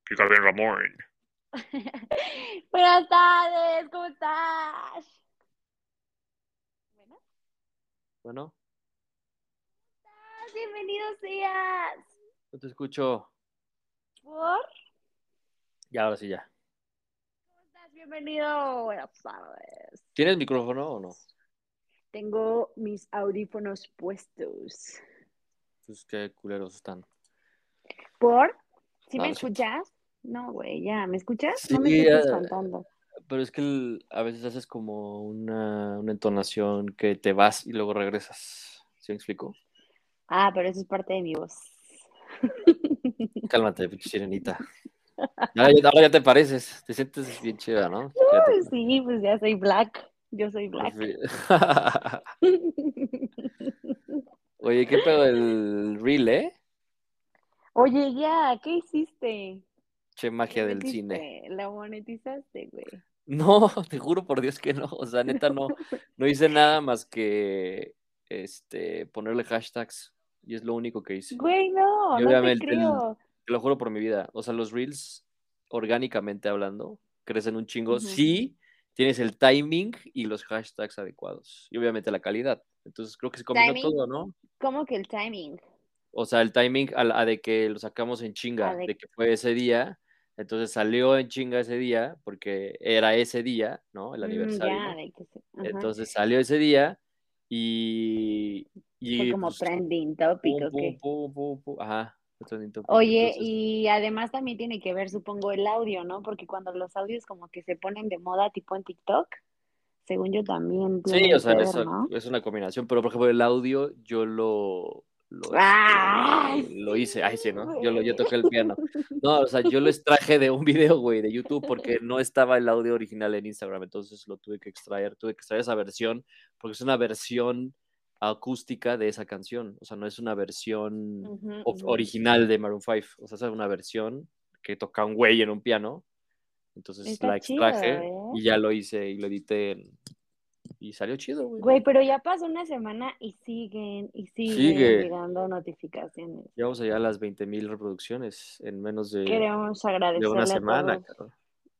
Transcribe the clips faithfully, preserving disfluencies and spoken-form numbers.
¿Qué tal, bien, Ramón? Buenas tardes, ¿cómo estás? Bueno, Bueno, bienvenidos días. no te escucho. ¿Por? Ya, ahora sí, ya. ¿Cómo estás? Bienvenido. Buenas tardes. ¿Tienes micrófono o no? Tengo mis audífonos puestos. Pues qué culeros están. ¿Por? ¿Sí No, me no es cierto. escuchas? No, güey, ya. ¿Me escuchas? Sí, No me estés eh, espantando. pero es que el- a veces haces como una, una entonación que te vas y luego regresas. ¿Sí me explico? Ah, pero eso es parte de mi voz. Cálmate, pinche sirenita. Ahora ya, ahora ya te pareces. Te sientes bien chida, ¿no? Ya te pareces. Sí, pues ya soy black. Yo soy Por black. fin. Oye, ¿qué pedo el reel, eh? Oye, ya, ¿qué hiciste? Che, ¿Lo magia del cine. metiste? ¿La monetizaste, güey? No, te juro por Dios que no. O sea, neta, no, no hice nada más que este ponerle hashtags. Y es lo único que hice. Güey, no, Y no te obviamente, el- creo. te lo juro por mi vida. O sea, los reels, orgánicamente hablando, crecen un chingo. Ujú. Sí, tienes el timing y los hashtags adecuados. Y obviamente la calidad. Entonces creo que se combinó Timing, todo, ¿no? ¿cómo que el timing? O sea, el timing a, la- a de que lo sacamos en Ah, chinga, de... de que fue ese día. Entonces salió en chinga ese día, porque era ese día, ¿no? El mm, ya, aniversario. de que se... Ajá. Entonces salió ese día y, Fue y como pues trending topic, pum, ¿o pum, qué? pum, pum, pum. Ajá, fue trending topic. Oye, Entonces, y además también tiene que ver, supongo, el audio, ¿no? Porque cuando los audios como que se ponen de moda, tipo en TikTok, según yo también sí, o tienen sea, que ver, eso ¿no? es una combinación, pero por ejemplo el audio yo lo, lo, ¡Ay, este, lo hice, ay sí, sí, ¿no? Yo, lo, yo güey! toqué el piano. No, o sea, yo lo extraje de un video, güey, de YouTube porque no estaba el audio original en Instagram, entonces lo tuve que extraer, tuve que extraer esa versión, porque es una versión acústica de esa canción, o sea, no es una versión Ujú, of- ujú. original de Maroon cinco, o sea, es una versión que toca un güey en un piano, entonces Está la chido, extraje ¿eh? y ya lo hice y lo edité en- y salió chido, güey. Güey, pero ya pasó una semana y siguen y siguen Sigue. llegando notificaciones. Ya vamos allá a las veinte mil reproducciones en menos de, Queremos de una agradecerle a semana, todos. cabrón.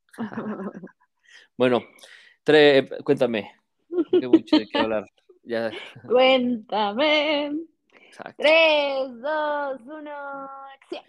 Bueno, tre- cuéntame, qué mucho de qué hablar. Ya, Cuéntame. exacto. Tres, dos, uno, acción.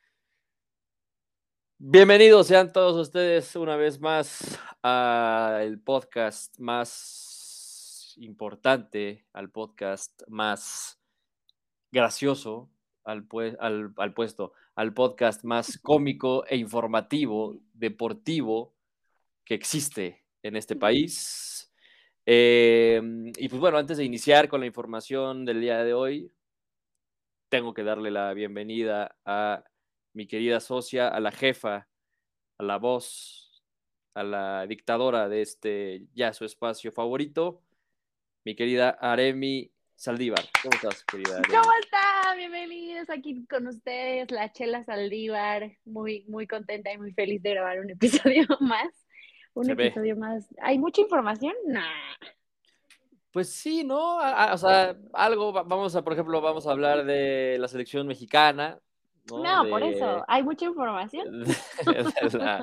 Bienvenidos sean todos ustedes una vez más al podcast más importante, al podcast más gracioso, al, pue- al, al puesto, al podcast más cómico e informativo, deportivo que existe en este país. Eh, y pues bueno, antes de iniciar con la información del día de hoy, tengo que darle la bienvenida a mi querida socia, a la jefa, a la voz, a la dictadora de este ya su espacio favorito, mi querida Aremi Saldívar. ¿Cómo estás, querida ¿Cómo Aremi? están? Bienvenidos aquí con ustedes, la Chela Saldívar. Muy, muy contenta y muy feliz de grabar un episodio más. Un Se ve. episodio más. ¿Hay mucha información? Nah. Pues sí, ¿no? A- a- o sea, algo, va- vamos a, por ejemplo, vamos a hablar de la selección mexicana, ¿no? No, por eso. De, ¿Hay mucha información? de, la-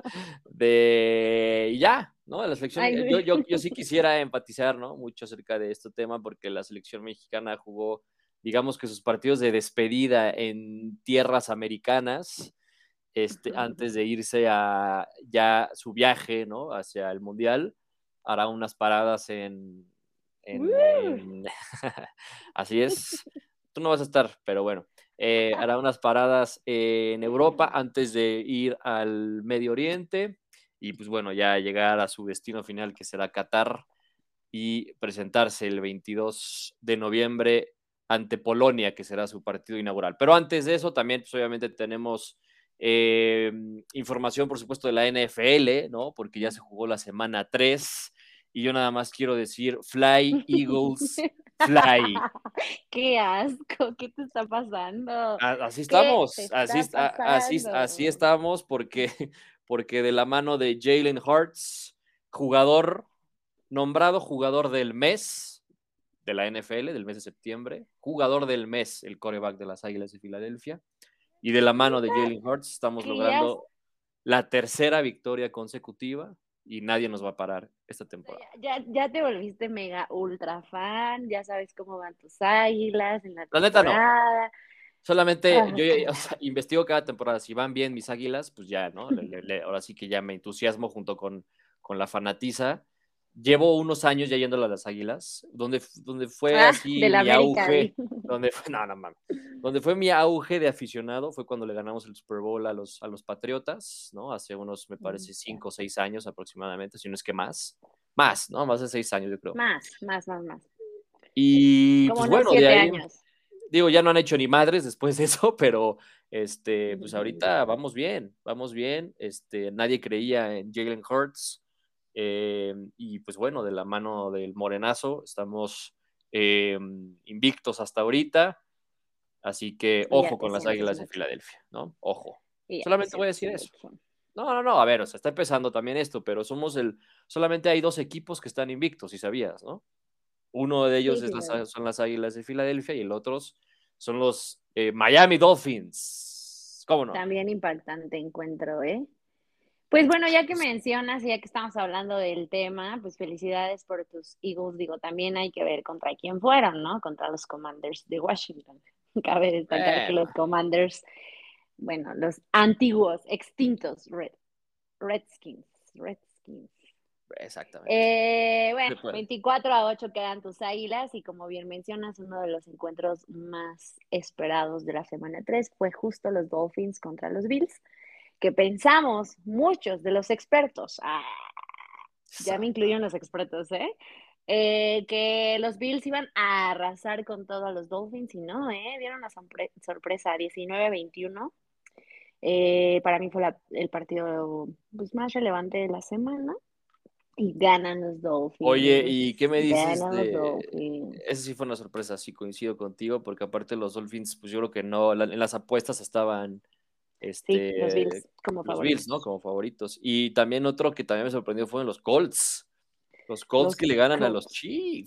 de- y ya, ¿no? La selección, Ay, yo, güey. yo, yo sí quisiera empatizar, ¿no? Mucho acerca de este tema, porque la selección mexicana jugó, digamos que sus partidos de despedida en tierras americanas, este, antes de irse a ya su viaje, ¿no? Hacia el Mundial, hará unas paradas en, en, Woo. en... Así es, tú no vas a estar, pero bueno, eh, hará unas paradas en Europa antes de ir al Medio Oriente y pues bueno, ya llegar a su destino final que será Qatar y presentarse el veintidós de noviembre ante Polonia, que será su partido inaugural. Pero antes de eso, también pues, obviamente tenemos eh, información, por supuesto, de la N F L, ¿no? Porque ya se jugó la semana tres y yo nada más quiero decir, Fly, Eagles, Fly. Qué asco, ¿qué te está pasando? Así ¿Qué te estamos, así, está así, así pasando? estamos, porque, porque de la mano de Jalen Hurts, jugador, nombrado jugador del mes de la N F L, del mes de septiembre, jugador del mes, el coreback de las Águilas de Filadelfia, y de la mano de Jalen Hurts estamos Que ya, logrando. la tercera victoria consecutiva y nadie nos va a parar esta temporada. Ya, ya, ya te volviste mega ultra fan, ya sabes cómo van tus Águilas en la La neta no. temporada. Solamente Ah, yo o sea, investigo cada temporada. Si van bien mis Águilas, pues ya, ¿no? Le, le, le, ahora sí que ya me entusiasmo junto con, con la fanatiza. Llevo unos años ya yéndole a las Águilas, donde, donde fue ah, así de la mi América, auge, di. donde fue, no, no mames, donde fue mi auge de aficionado fue cuando le ganamos el Super Bowl a los, a los Patriotas, ¿no? Hace unos, me parece, cinco o seis años aproximadamente, si no es que más. Más, ¿no? Más de seis años, yo creo. Más, más, más, más. Y Como pues unos bueno, de siete ahí, años. digo, ya no han hecho ni madres después de eso, pero este, pues ahorita vamos bien, vamos bien. Este, nadie creía en Jalen Hurts. Eh, y pues bueno, de la mano del Morenazo, estamos eh, invictos hasta ahorita. Así que Y ya ojo te con las sientes Águilas de mucho. Filadelfia, ¿no? Ojo. Y ya te Solamente voy a sientes decir eso. mucho. No, no, no, a ver, o sea, está empezando también esto, pero somos el, solamente hay dos equipos que están invictos, si sabías, ¿no? Uno de ellos Sí, es sí, las, son las Águilas de Filadelfia y el otro son los eh, Miami Dolphins. ¿Cómo no? también impactante encuentro, ¿eh? Pues bueno, ya que mencionas y ya que estamos hablando del tema, pues felicidades por tus Eagles. Digo, también hay que ver contra quién fueron, ¿no? Contra los Commanders de Washington. Cabe destacar que Bueno, los Commanders, bueno, los antiguos, extintos Red, Redskins, Redskins. exactamente. Eh, bueno, Se puede. veinticuatro a ocho quedan tus Águilas y como bien mencionas, uno de los encuentros más esperados de la semana tres fue justo los Dolphins contra los Bills, que pensamos muchos de los expertos, ah, ya me incluyen los expertos, ¿eh? Eh, que los Bills iban a arrasar con todo a los Dolphins y no, ¿eh? Dieron una sorpre sorpresa, diecinueve a veintiuno. Eh, para mí fue la, el partido pues, más relevante de la semana. Y ganan los Oye, Dolphins. ¿y qué me dices Ganan los de... Dolphins. Esa sí fue una sorpresa, sí coincido contigo, porque aparte los Dolphins, pues yo creo que no, la- en las apuestas estaban Sí, los este, Bills como los Bills, ¿no? favoritos. Como favoritos. Y también otro que también me sorprendió fueron los Colts. Los Colts Los que le ganan a los Colts.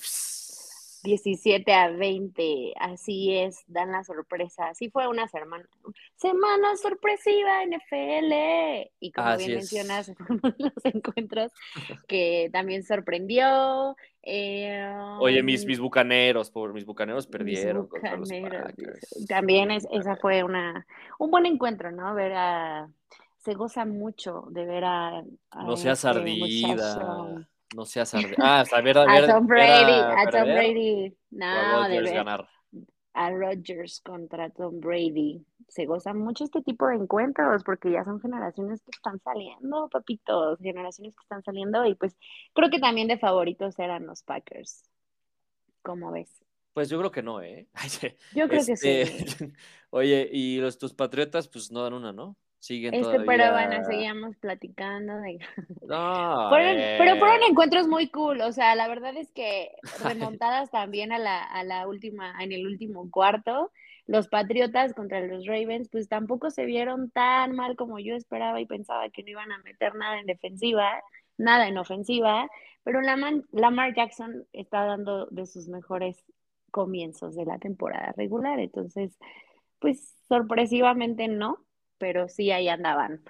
Chiefs. diecisiete a veinte, así es, dan la sorpresa. Así fue una semana, semana sorpresiva N F L. Y como Así bien mencionas, es. fue uno de los encuentros que también sorprendió. Eh, Oye, mis, um, mis bucaneros, por mis bucaneros mis perdieron contra los bucaneros, dice. Packers. También Mis es, esa fue bucaneros. una, un buen encuentro, ¿no? Ver a, se goza mucho de ver a, No a seas este muchacho, ardida. No seas ardida. Ah, o sea, ver, a- a ver, Tom ver Brady, a a Tom perder Brady, o a no, de Rodgers ver ganar. a Rodgers contra Tom Brady. Se goza mucho este tipo de encuentros porque ya son generaciones que están saliendo, papitos, generaciones que están saliendo y pues creo que también de favoritos eran los Packers. ¿Cómo ves? Pues yo creo que no, ¿eh? Ay, sí. Yo creo que Este, sí. oye, y los tus patriotas, pues no dan una, ¿no? Siguen Este, pero todavía. bueno, seguíamos platicando de... No, a Fueron, pero fueron ver. encuentros muy cool, o sea, la verdad es que remontadas también a la, a la última, en el último cuarto, los Patriotas contra los Ravens, pues tampoco se vieron tan mal como yo esperaba y pensaba que no iban a meter nada en defensiva, nada en ofensiva, pero Lamar, Lamar Jackson está dando de sus mejores comienzos de la temporada regular, entonces, pues sorpresivamente no, pero sí ahí andaban.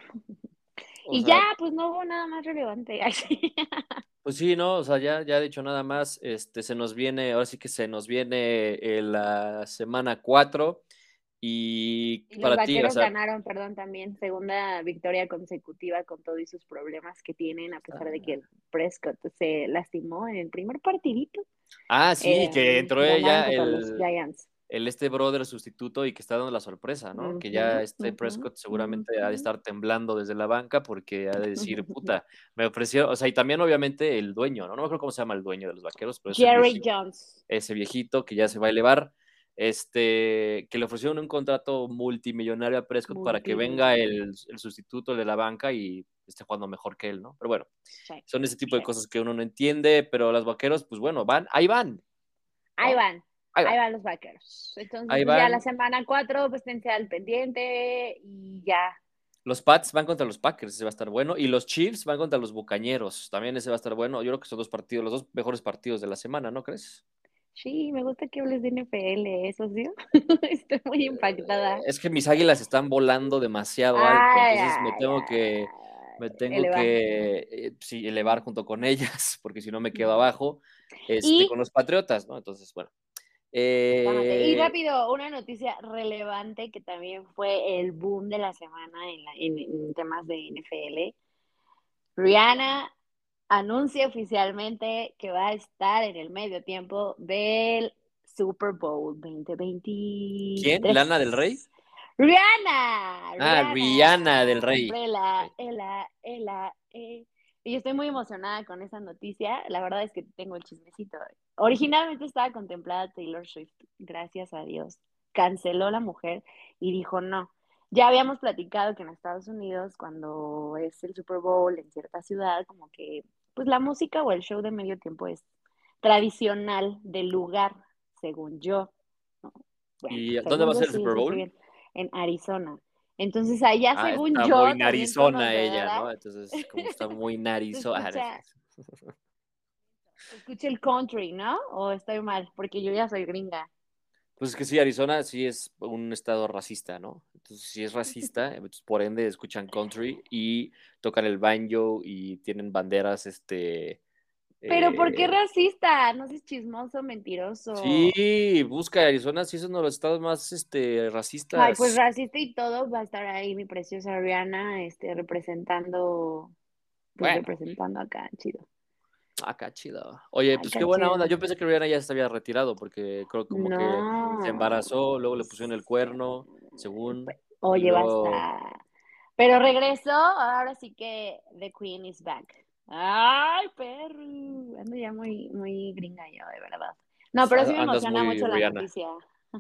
O Y ya, sea, pues no hubo nada más relevante. Ay, sí. pues sí, no, o sea, ya, ya he dicho nada más, este, se nos viene, ahora sí que se nos viene eh, la semana cuatro y Y los para ti, o vaqueros sea, ganaron, perdón, también, segunda victoria consecutiva con todos y sus problemas que tienen, a pesar de que el Prescott se lastimó en el primer partidito. ah, sí, Eh, que entró ganaron ya contra los el, Giants. el este brother sustituto y que está dando la sorpresa, ¿no? Que Ujú, ya este ujú, Prescott seguramente ha de ujú. estar temblando desde la banca porque ha de decir, puta, me ofreció, o sea, y también obviamente el dueño, ¿no? No me acuerdo cómo se llama el dueño de los vaqueros, pero ese Jerry viejito, Jones. ese viejito que ya se va a elevar, este, que le ofrecieron un contrato multimillonario a Prescott para que venga Multimillonario. el, el sustituto de la banca y esté jugando mejor que él, ¿no? Pero bueno, Sí, son ese tipo de sí. cosas que uno no entiende, pero los vaqueros, pues bueno, van, ahí van, Ahí ¿no? van, Ahí ahí van, van los vaqueros. Entonces, ahí pues ya la van. semana cuatro, pues tense al pendiente y ya. Los Pats van contra los Packers, ese va a estar bueno. Y los Chiefs van contra los Bucañeros, también ese va a estar bueno. Yo creo que son dos partidos, los dos mejores partidos de la semana, ¿no crees? Sí, me gusta que hables de N F L, eso sí. Estoy muy impactada. Es que mis águilas están volando demasiado alto, Ay, entonces me ay, tengo que, me ay. tengo Eleva. que eh, sí, elevar junto con ellas, porque si no me quedo Mm. abajo, este, con Y, los Patriotas, ¿no? Entonces, bueno. exactamente. Y Eh, rápido, una noticia relevante que también fue el boom de la semana en, la- en- en temas de N F L. Rihanna anuncia oficialmente que va a estar en el medio tiempo del Super Bowl ¿Quién? ¿Lana del Rey? dos mil veintitrés. Rihanna, Ah, Rihanna del Rihanna, Rey. Umbrella, Ok. Ella, Ella, eh. Y yo estoy muy emocionada con esa noticia. La verdad es que tengo el chismecito. Originalmente estaba contemplada Taylor Swift, gracias a Dios. Canceló la mujer y dijo no. Ya habíamos platicado que en Estados Unidos, cuando es el Super Bowl en cierta ciudad, como que pues la música o el show de medio tiempo es tradicional del lugar, según yo, ¿no? Bueno, ¿Y dónde va según a yo ser el sí, Super eso estoy Bowl? bien, en Arizona. Entonces allá, Ah, según está muy yo, también narizona ella, conocedora, ¿no? Entonces, como está muy se narizona. escucha, se escucha el country, ¿no? ¿O estoy mal? Porque yo ya soy gringa. Pues es que sí, Arizona sí es un estado racista, ¿no? Entonces, si es racista, entonces, por ende escuchan country y tocan el banjo y tienen banderas, este... Pero ¿por qué eh, racista? No seas chismoso, mentiroso. sí, busca Arizona, sí es uno de los estados más, este, Ay, pues racistas. racista y todo, va a estar ahí mi preciosa Rihanna, este, representando, pues Bueno, representando acá, chido. acá chido. Oye, pues qué Acá buena onda. chido. Yo pensé que Rihanna ya se había retirado porque creo como que se No. embarazó, luego le pusieron el cuerno, según, y Oye, luego... basta. Pero regresó, ahora sí que The Queen is back. Ay, perro. Ando ya muy, muy gringa yo, de verdad. No, pues, pero sí me andas emociona muy mucho la Rihanna. noticia.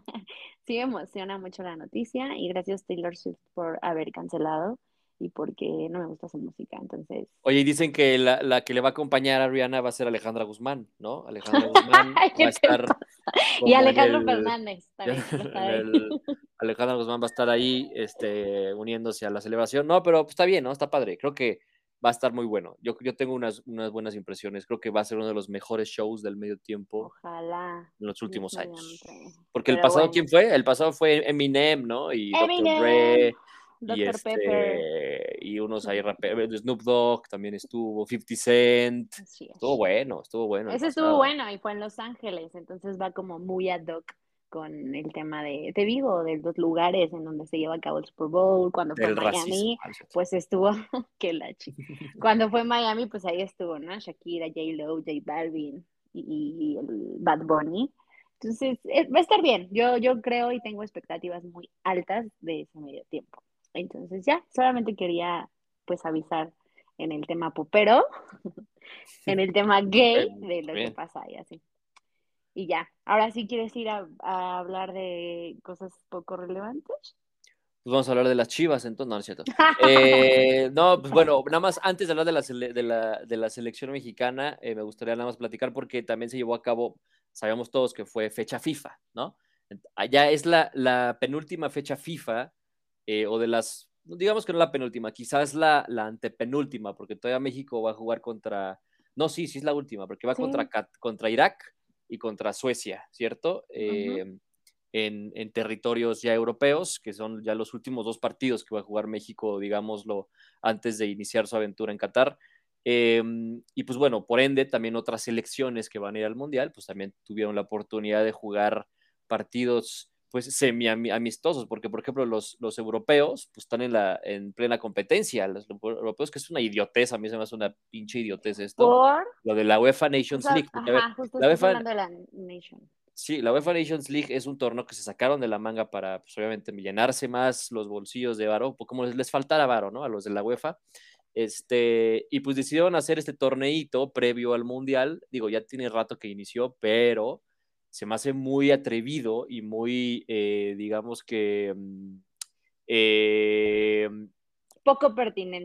Sí me emociona mucho la noticia y gracias Taylor Swift por haber cancelado y porque no me gusta su música. Entonces, Oye, y dicen que la, la que le va a acompañar a Rihanna va a ser Alejandra Guzmán, ¿no? Alejandra Guzmán va a ¿qué te estar pasa? Y como en Alejandro el, Fernández también va a estar en ahí. el, Alejandra Guzmán va a estar ahí, este, uniéndose a la celebración. No, pero pues, está bien, ¿no? Está padre. Creo que va a estar muy bueno. Yo, yo tengo unas, unas buenas impresiones. Creo que va a ser uno de los mejores shows del medio tiempo Ojalá, en los Dios últimos mediante. años. Porque el Pero pasado, ¿quién bueno. fue? El pasado fue Eminem, ¿no? Y doctor Eminem, Dre, y doctor Pepper. este, y unos ahí raperos, Snoop Dogg también estuvo, fifty Cent. Así Estuvo es. bueno, estuvo bueno el Ese estuvo pasado. bueno y fue en Los Ángeles, entonces va como muy ad hoc con el tema de, te digo, de los lugares en donde se lleva a cabo el Super Bowl. Cuando fue Del racismo. Miami, Ah, no es cierto. pues estuvo, que la chi. Cuando fue Miami, pues ahí estuvo, ¿no? Shakira, J-Lo, J Balvin y, y el Bad Bunny. Entonces, eh, va a estar bien. Yo, yo creo y tengo expectativas muy altas de ese medio tiempo. Entonces, ya, solamente quería, pues, avisar en el tema popero, en el tema gay Bueno, de está lo que bien. pasa y así. Y ya, ahora sí quieres ir a, a hablar de cosas poco relevantes. Pues vamos a hablar de las Chivas, entonces, no, no es cierto. Eh, no, pues bueno, nada más antes de hablar de la, sele- de la, de la selección mexicana, eh, me gustaría nada más platicar porque también se llevó a cabo, sabíamos todos que fue fecha FIFA, ¿no? Allá es la, la penúltima fecha FIFA, eh, o de las, digamos que no la penúltima, quizás la, la antepenúltima, porque todavía México va a jugar contra, no, sí, sí es la última, porque va contra, Sí, Cat- contra Irak y contra Suecia, ¿cierto? ujú. Eh, en, en, territorios ya europeos, que son ya los últimos dos partidos que va a jugar México, digámoslo, antes de iniciar su aventura en Qatar. Eh, y pues bueno, por ende, también otras selecciones que van a ir al Mundial, pues también tuvieron la oportunidad de jugar partidos pues semi amistosos, porque por ejemplo los, los europeos pues están en, la, en plena competencia, los europeos que es una idiotez, a mí se me hace una pinche idiotez esto, Por, lo de la UEFA o Nations sea, League, porque a ver, ajá, justo la estás UEFA hablando de la Nation. Sí, la UEFA Nations League es un torneo que se sacaron de la manga para, pues, obviamente, llenarse más los bolsillos de varo, pues, como les, les faltara varo, ¿no? A los de la UEFA. Este, y pues decidieron hacer este torneito previo al Mundial. Digo, ya tiene rato que inició, pero se me hace muy atrevido y muy, eh, digamos que, mm, eh, Poco pertinente.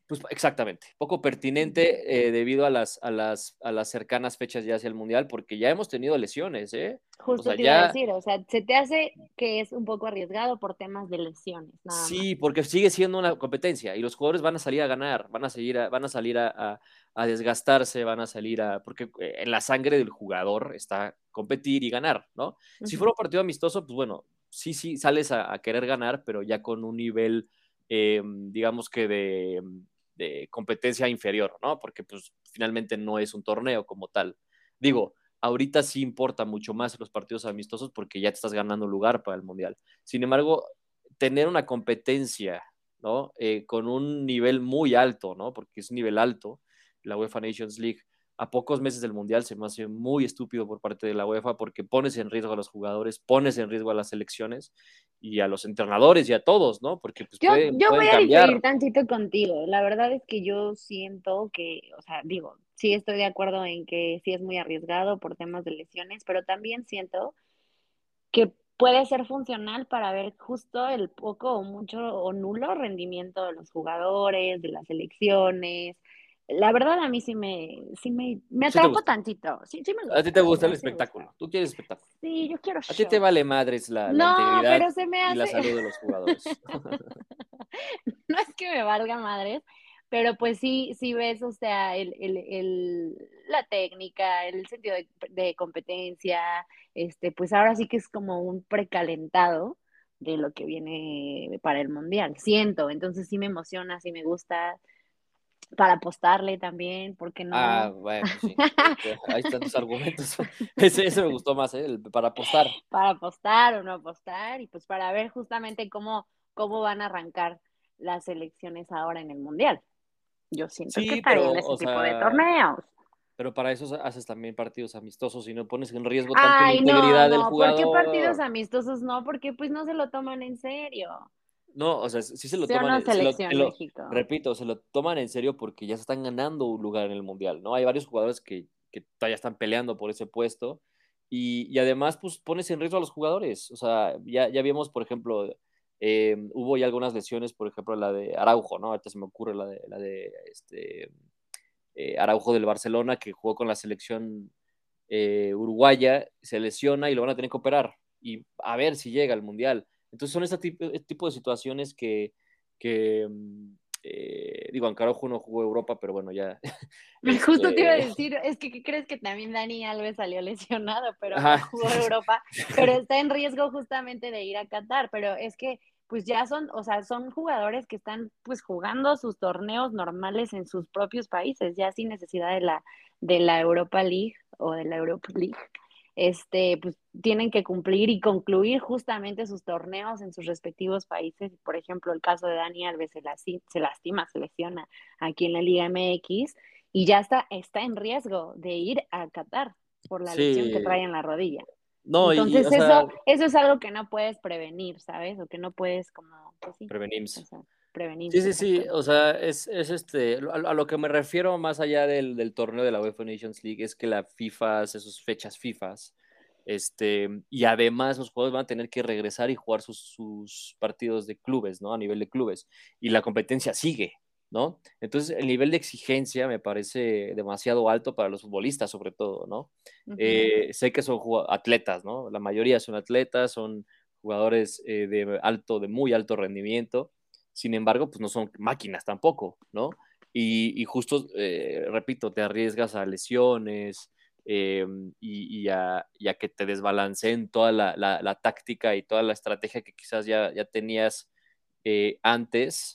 Pues exactamente, poco pertinente eh, debido a las, a, las, a las cercanas fechas ya hacia el Mundial, porque ya hemos tenido lesiones, ¿eh? O Justo sea, te iba a ya, decir, o sea, se te hace que es un poco arriesgado por temas de lesiones, nada más. sí, porque sigue siendo una competencia y los jugadores van a salir a ganar, van a, seguir a, van a salir a, a, a desgastarse, van a salir a... Porque eh, en la sangre del jugador está competir y ganar, ¿no? Si Ujú. fuera un partido amistoso, pues bueno, sí, sí, sales a, a querer ganar, pero ya con un nivel, eh, digamos que de, de competencia inferior, ¿no? Porque pues finalmente no es un torneo como tal. Digo, ahorita sí importa mucho más los partidos amistosos porque ya te estás ganando un lugar para el Mundial. Sin embargo, tener una competencia, ¿no? Eh, con un nivel muy alto, ¿no? Porque es un nivel alto, la UEFA Nations League, a pocos meses del Mundial se me hace muy estúpido por parte de la UEFA porque pones en riesgo a los jugadores, pones en riesgo a las selecciones y a los entrenadores y a todos, ¿no? Porque pues Yo, pueden, yo voy pueden a diferir cambiar. tantito contigo. La verdad es que yo siento que, o sea, digo, sí estoy de acuerdo en que sí es muy arriesgado por temas de lesiones, pero también siento que puede ser funcional para ver justo el poco o mucho o nulo rendimiento de los jugadores, de las selecciones. La verdad a mí sí me, sí me, me Sí te atrajo gusta. tantito. Sí, sí me A ti gusta, te la gusta el verdad sí me gusta. espectáculo. Tú quieres espectáculo. Sí, yo quiero A ti te show. vale madres la, la No, integridad pero se me y la hace, salud de los jugadores. no es que me valga madres, pero pues sí, sí ves, o sea, el, el, el, la técnica, el sentido de, de competencia, este, pues ahora sí que es como un precalentado de lo que viene para el mundial, siento, entonces sí me emociona, sí me gusta, para apostarle también, ¿por qué Ah, no? bueno, pues sí. Este, ahí están tus argumentos. Ese, ese me gustó más, ¿eh? El- para apostar. Para apostar o no apostar, y pues para ver justamente cómo, cómo van a arrancar las elecciones ahora en el mundial. Yo siento que Sí, está bien pero, ese o tipo de sea, torneos. pero para eso haces también partidos amistosos y no pones en riesgo tanto la Ay, no, integridad del no, ¿por qué partidos jugador. amistosos no? Porque pues no se lo toman en serio. No, o sea, sí se lo ¿Sí o toman, no, en- se lo, se selección lo- México? repito, se lo toman en serio porque ya se están ganando un lugar en el Mundial, ¿no? Hay varios jugadores que, que todavía están peleando por ese puesto y, y además, pues pones en riesgo a los jugadores. O sea, ya, ya vimos, por ejemplo, eh, hubo ya algunas lesiones, por ejemplo, la de Araujo, ¿no? Ahorita se me ocurre la de, la de este, eh, Araujo del Barcelona, que jugó con la selección eh, uruguaya, se lesiona y lo van a tener que operar. Y a ver si llega al Mundial. Entonces son este tipo, este tipo de situaciones que, que eh, digo, aunque Araujo no jugó Europa, pero bueno, ya, Justo te iba a este, decir, es que ¿qué crees que también Dani Alves salió lesionado, pero no ajá, jugó Europa, pero está en riesgo justamente de ir a Qatar, pero es que pues ya son, o sea, son jugadores que están pues jugando sus torneos normales en sus propios países, ya sin necesidad de la de la Europa League o de la Europa League. Este, pues tienen que cumplir y concluir justamente sus torneos en sus respectivos países. Por ejemplo, el caso de Dani Alves se, lasti- se lastima, se lesiona aquí en la Liga M X y ya está, está en riesgo de ir a Qatar por la lesión que sí, trae en la rodilla. no, y, y, Entonces, o sea, eso, eso es algo que no puedes prevenir, ¿sabes? O que no puedes como, pues sí, o prevenimos. sea, prevenir, Sí, sí, sí, exacto. o sea, es, es este, a, a lo que me refiero más allá del, del torneo de la UEFA Nations League es que la FIFA hace sus fechas FIFAs, este, y además los jugadores van a tener que regresar y jugar sus, sus partidos de clubes, ¿no? A nivel de clubes, y la competencia sigue, ¿no? Entonces, el nivel de exigencia me parece demasiado alto para los futbolistas, sobre todo, ¿no? Ujú. Eh, sé que son jugad- atletas, ¿no? La mayoría son atletas, son jugadores eh, de alto, de muy alto rendimiento. Sin embargo, pues no son máquinas tampoco, ¿no? Y, y justo, eh, repito, te arriesgas a lesiones eh, y, y, a, y, a, que te desbalanceen toda la, la, la, táctica y toda la estrategia que quizás ya, ya tenías eh, antes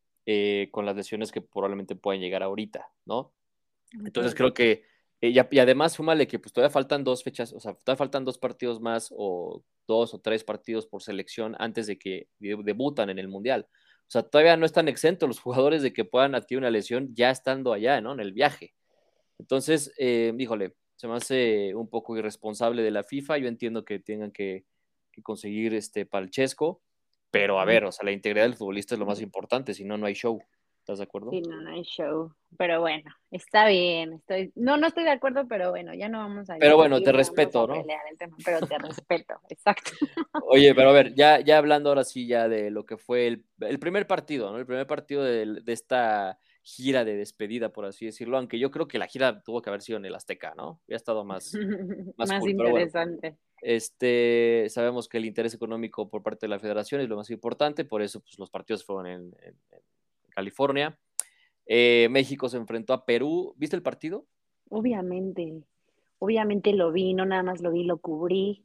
eh, con las lesiones que probablemente puedan llegar ahorita, ¿no? Entonces Ujú. creo que, eh, y, y además súmale que pues todavía faltan dos fechas, o sea, todavía faltan dos partidos más o dos o tres partidos por selección antes de que de- debutan en el Mundial. O sea, todavía no están exentos los jugadores de que puedan adquirir una lesión ya estando allá, ¿no? En el viaje. Entonces, eh, híjole, se me hace un poco irresponsable de la FIFA. Yo entiendo que tengan que, que conseguir este Palchesco, pero a Ujú. ver, o sea, la integridad del futbolista es lo más importante, si no, no hay show. ¿Estás de acuerdo? Sí, no, no hay show. Pero bueno, está bien. Estoy, no, no estoy de acuerdo, pero bueno, ya no vamos a Pero bueno, discutir te ni vamos a respeto, ¿no? pelear el tema, pero te respeto, exacto. Oye, pero a ver, ya, ya hablando ahora sí ya de lo que fue el, el primer partido, ¿no? El primer partido de, de esta gira de despedida, por así decirlo, aunque yo creo que la gira tuvo que haber sido en el Azteca, ¿no? Ya ha estado más, más Más cool, pero bueno, interesante. este, sabemos que el interés económico por parte de la federación es lo más importante, por eso pues, los partidos fueron en, en- en California. Eh, México se enfrentó a Perú. ¿Viste el partido? Obviamente, obviamente lo vi, no nada más lo vi, lo cubrí.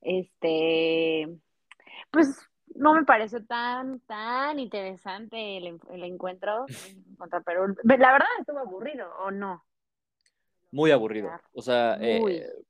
Este, pues no me pareció tan, tan interesante el, en- el encuentro contra Perú. La verdad estuvo aburrido, ¿o no? No Muy voy a aburrido. negar. O sea, Muy. eh,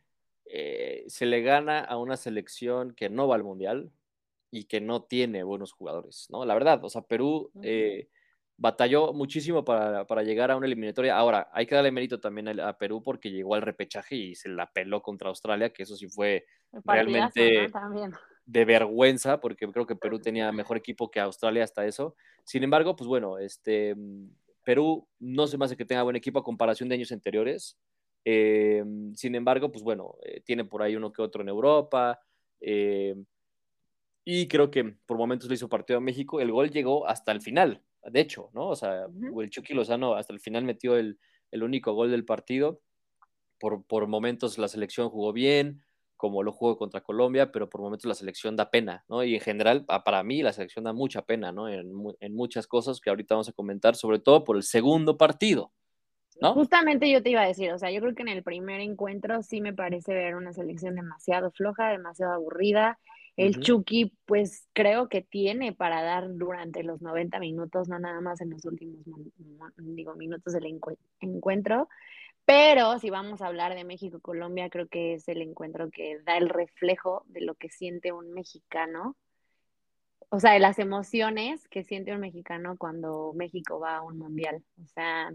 eh, se le gana a una selección que no va al Mundial y que no tiene buenos jugadores, ¿no? La verdad, o sea, Perú Ujú. eh, batalló muchísimo para, para, llegar a una eliminatoria. Ahora, hay que darle mérito también a, a, Perú porque llegó al repechaje y se la peló contra Australia, que eso sí fue Partidazo, ¿no? realmente También. de vergüenza, porque creo que Perú tenía mejor equipo que Australia hasta eso. Sin embargo, pues bueno, este, Perú no se me hace que tenga buen equipo a comparación de años anteriores. Eh, sin embargo, pues bueno, eh, tiene por ahí uno que otro en Europa. Eh, y creo que por momentos le hizo partido a México. El gol llegó hasta el final, de hecho, ¿no? O sea, Ujú. el Chucky Lozano hasta el final metió el, el único gol del partido. Por, por momentos la selección jugó bien, como lo jugó contra Colombia, pero por momentos la selección da pena, ¿no? Y en general, para mí, la selección da mucha pena, ¿no? En, en muchas cosas que ahorita vamos a comentar, sobre todo por el segundo partido, ¿no? Justamente yo te iba a decir, o sea, yo creo que en el primer encuentro sí me parece ver una selección demasiado floja, demasiado aburrida. El Ujú. Chucky, pues creo que tiene para dar durante los noventa minutos, no nada más en los últimos mon- mon- digo, minutos del encue- encuentro. Pero si vamos a hablar de México-Colombia, creo que es el encuentro que da el reflejo de lo que siente un mexicano, o sea, de las emociones que siente un mexicano cuando México va a un mundial. O sea,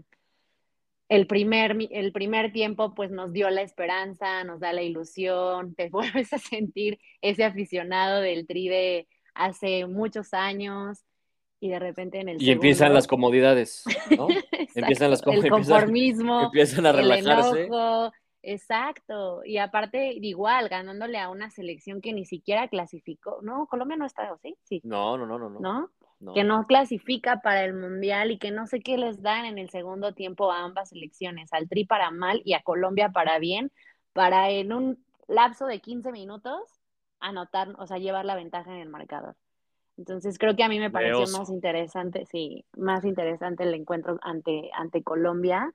el primer, mi- el primer tiempo pues nos dio la esperanza, nos da la ilusión, te vuelves a sentir ese aficionado del Tri de hace muchos años y de repente en el Y empiezan las segundo, comodidades, ¿no? Empiezan exacto, las como el empiezan, conformismo, empiezan a el relajarse. enojo, exacto, y aparte igual ganándole a una selección que ni siquiera clasificó, no, Colombia no está, ¿o sí? Sí, No, no, no, no, no. ¿no? Que No. no clasifica para el mundial y que no sé qué les dan en el segundo tiempo a ambas selecciones, al Tri para mal y a Colombia para bien, para en un lapso de quince minutos anotar, o sea, llevar la ventaja en el marcador. Entonces creo que a mí me De pareció más oso. interesante, sí, más interesante el encuentro ante, ante Colombia.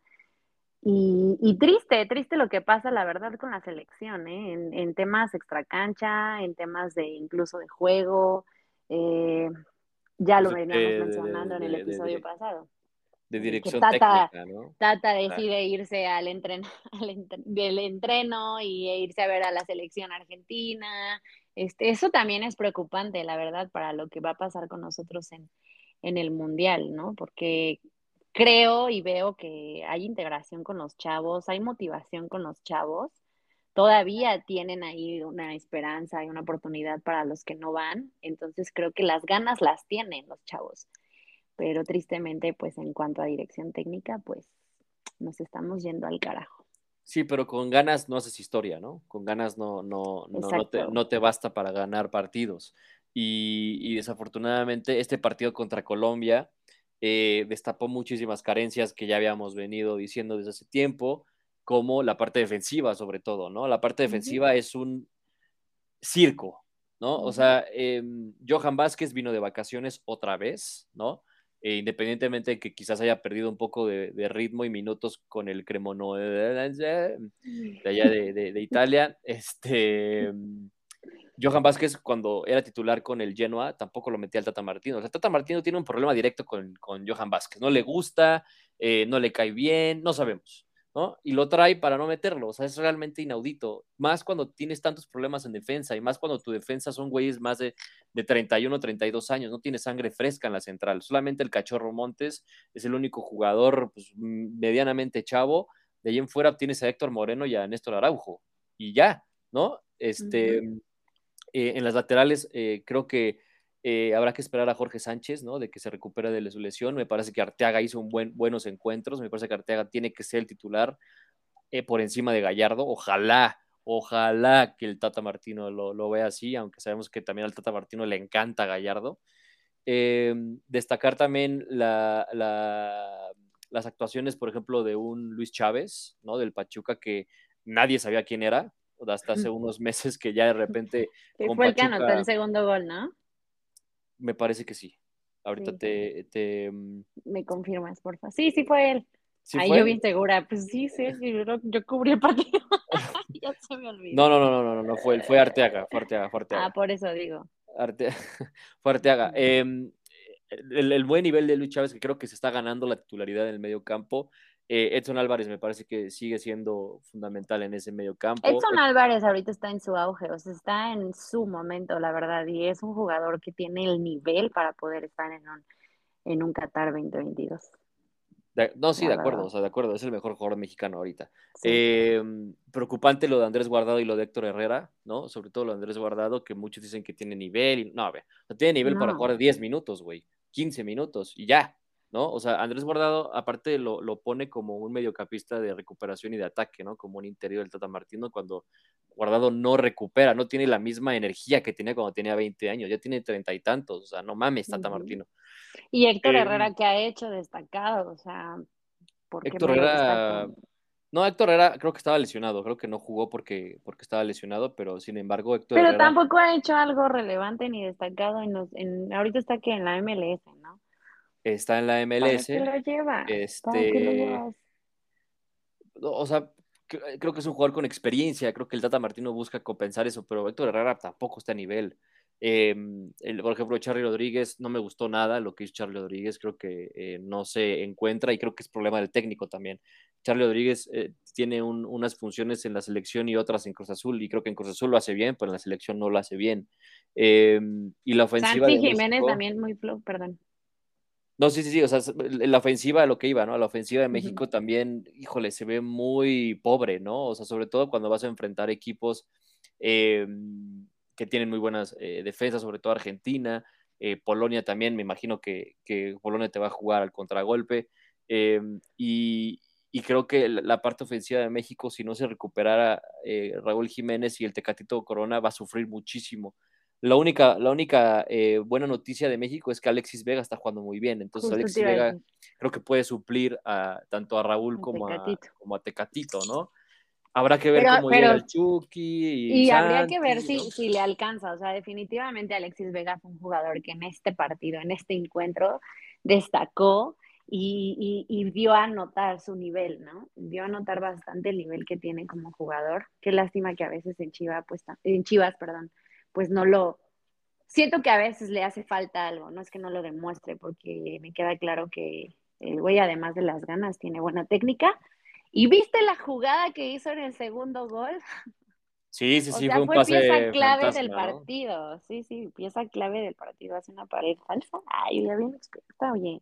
Y, y triste, triste lo que pasa, la verdad, con la selección, ¿eh? En, en temas extracancha, en temas de incluso de juego. eh, ya Pues lo de, veníamos mencionando de, en el de, de, episodio de- pasado, de eh, que dirección Tata, técnica, ¿no? Tata Ah, decide irse al, entren al entre- del entreno y e irse a ver a la selección argentina. Este, eso también es preocupante, la verdad, para lo que va a pasar con nosotros en, en el Mundial, ¿no? Porque creo y veo que hay integración con los chavos, hay motivación con los chavos. Todavía tienen ahí una esperanza y una oportunidad para los que no van. Entonces creo que las ganas las tienen los chavos. Pero tristemente, pues en cuanto a dirección técnica, pues nos estamos yendo al carajo. sí, pero con ganas no haces historia, ¿no? Con ganas no, no, no, no te, Exacto. no te basta para ganar partidos. Y, y desafortunadamente este partido contra Colombia eh, destapó muchísimas carencias que ya habíamos venido diciendo desde hace tiempo, como la parte defensiva sobre todo, ¿no? La parte Ujú, defensiva es un circo, ¿no? O ujú. sea, eh, Johan Vázquez vino de vacaciones otra vez, ¿no? Eh, independientemente de que quizás haya perdido un poco de, de ritmo y minutos con el Cremono de allá de, de, de Italia, este, Johan Vázquez cuando era titular con el Genoa tampoco lo metía al Tata Martino. O sea, Tata Martino tiene un problema directo con, con Johan Vázquez. No le gusta, eh, no le cae bien, no sabemos. ¿No? Y lo trae para no meterlo. O sea, es realmente inaudito. Más cuando tienes tantos problemas en defensa y más cuando tu defensa son güeyes más de, de treinta y uno, treinta y dos años. No tiene sangre fresca en la central. Solamente el Cachorro Montes es el único jugador pues, medianamente chavo. De ahí en fuera tienes a Héctor Moreno y a Néstor Araujo. Y ya, ¿no? Este, Ujú. eh, en las laterales, eh, creo que Eh, habrá que esperar a Jorge Sánchez, ¿no? De que se recupere de su lesión. Me parece que Arteaga hizo un buen, buenos encuentros. Me parece que Arteaga tiene que ser el titular eh, por encima de Gallardo. Ojalá, ojalá que el Tata Martino lo, lo vea así, aunque sabemos que también al Tata Martino le encanta Gallardo. Eh, destacar también la, la, las actuaciones, por ejemplo, de un Luis Chávez, ¿no? Del Pachuca, que nadie sabía quién era, hasta hace unos meses que ya de repente Que con fue el que anotó el Pachuca, segundo gol, ¿no? me parece que sí. Ahorita Sí, te, te mm, me confirmas, por favor. Sí, sí fue él. ¿sí Ahí yo fue? bien segura. Pues sí, sí, sí, yo, yo cubrí el partido. Ya se me No, olvidó. no, no, no, no, no, no fue él, fue Arteaga, fue Arteaga, fue Ah, Arteaga. por eso digo. Arte... fue Arteaga. Eh, el, el, buen nivel de Luis Chávez, que creo que se está ganando la titularidad en el medio campo. Eh, Edson Álvarez me parece que sigue siendo fundamental en ese medio campo. Edson Álvarez ahorita está en su auge, o sea, está en su momento, la verdad, y es un jugador que tiene el nivel para poder estar en un, en un Qatar veinte veintidós, De, no, sí, la de acuerdo, verdad. o sea, de acuerdo, es el mejor jugador mexicano ahorita. Sí. Eh, preocupante lo de Andrés Guardado y lo de Héctor Herrera, ¿no? Sobre todo lo de Andrés Guardado, que muchos dicen que tiene nivel. Y, no, a ver, no tiene nivel para No, jugar diez minutos, güey, quince minutos y ya, ¿no? O sea, Andrés Guardado, aparte, lo, lo pone como un mediocampista de recuperación y de ataque, ¿no? Como un interior del Tata Martino, cuando Guardado no recupera, no tiene la misma energía que tenía cuando tenía veinte años, ya tiene treinta y tantos, o sea, no mames, Tata ujú. Martino. Y Héctor Eh, Herrera, ¿qué ha hecho destacado? O sea, ¿por qué Héctor me lo Herrera destacan? No, Héctor Herrera creo que estaba lesionado, creo que no jugó porque, porque estaba lesionado, pero sin embargo Héctor Pero Herrera tampoco ha hecho algo relevante ni destacado en los, en, ahorita está que en la M L S, ¿no? está en la ¿Para qué M L S, lo llevas? ¿Para qué lo este, llevas? o sea, creo que es un jugador con experiencia, creo que el Tata Martino busca compensar eso, pero Héctor Herrera tampoco está a nivel. Eh, el, por ejemplo, Charlie Rodríguez, no me gustó nada lo que hizo Charlie Rodríguez, creo que eh, no se encuentra y creo que es problema del técnico también. Charlie Rodríguez eh, tiene un, unas funciones en la selección y otras en Cruz Azul, y creo que en Cruz Azul lo hace bien, pero en la selección no lo hace bien. Eh, y la ofensiva Santi de Jiménez México, también muy flow, perdón. no, sí, sí, sí, o sea, la ofensiva a lo que iba, ¿no? La ofensiva de Ujú. México también, híjole, se ve muy pobre, ¿no? O sea, sobre todo cuando vas a enfrentar equipos eh, que tienen muy buenas eh, defensas, sobre todo Argentina, eh, Polonia también, me imagino que, que, Polonia te va a jugar al contragolpe, eh, y, y, creo que la parte ofensiva de México, si no se recuperara eh, Raúl Jiménez y el Tecatito Corona, va a sufrir muchísimo. La única, la única eh, buena noticia de México es que Alexis Vega está jugando muy bien. Entonces Justo te Alexis iba a Vega decir, creo que puede suplir a, tanto a Raúl el como a, Tecatito. como a Tecatito, ¿no? Habrá que ver Pero, cómo llega pero, el Chucky y y habría que ver Santi, ¿no? si, si le alcanza. O sea, definitivamente Alexis Vega fue un jugador que en este partido, en este encuentro, destacó y, y, y dio a notar su nivel, ¿no? Dio a notar bastante el nivel que tiene como jugador. Qué lástima que a veces en Chivas, pues, en Chivas, perdón, pues no lo, siento que a veces le hace falta algo, no es que no lo demuestre, porque me queda claro que el güey, además de las ganas, tiene buena técnica. ¿Y viste la jugada que hizo en el segundo gol? Sí, sí, O sí, fue sea, un fue pieza pase clave del fantasma, ¿no? partido. Sí, sí, pieza clave del partido. Hace una pared falsa. Ay, ya bien experta, oye.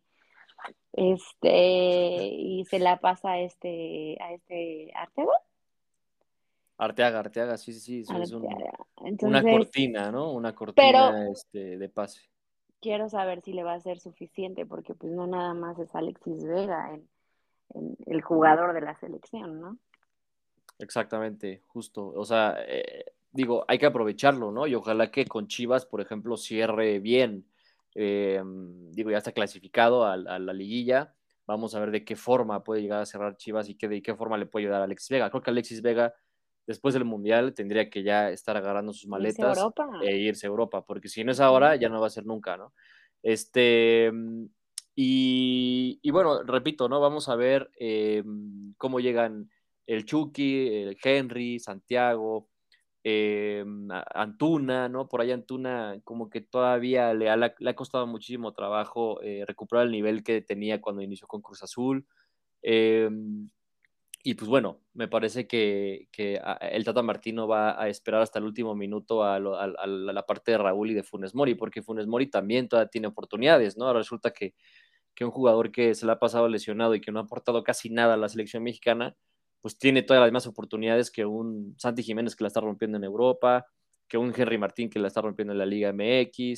Este, y se la pasa a este, a este Artego. Arteaga, Arteaga, sí, sí, sí, eso es un, Arteaga. una Entonces, cortina, ¿no? Una pero cortina este, de pase. quiero saber si le va a ser suficiente, porque pues no nada más es Alexis Vega en, en el jugador de la selección, ¿no? Exactamente, justo. O sea, eh, digo, hay que aprovecharlo, ¿no? Y ojalá que con Chivas, por ejemplo, cierre bien. Eh, digo, ya está clasificado a, a, la liguilla. Vamos a ver de qué forma puede llegar a cerrar Chivas y qué, de qué forma le puede ayudar a Alexis Vega. Creo que Alexis Vega, después del Mundial, tendría que ya estar agarrando sus Irse a maletas Europa. e irse a Europa, porque si no es ahora, Ujú. ya no va a ser nunca, ¿no? Este, y, y bueno, repito, ¿no? Vamos a ver eh, cómo llegan el Chucky, el Henry, Santiago, eh, Antuna, ¿no? Por ahí Antuna como que todavía le ha, le ha costado muchísimo trabajo eh, recuperar el nivel que tenía cuando inició con Cruz Azul. Eh, y pues bueno, me parece que, que el Tata Martino va a esperar hasta el último minuto a, lo, a, a, la parte de Raúl y de Funes Mori, porque Funes Mori también todavía tiene oportunidades, ¿no? Resulta que, que un jugador que se le ha pasado lesionado y que no ha aportado casi nada a la selección mexicana, pues tiene todas las mismas oportunidades que un Santi Jiménez que la está rompiendo en Europa, que un Henry Martín que la está rompiendo en la Liga M X,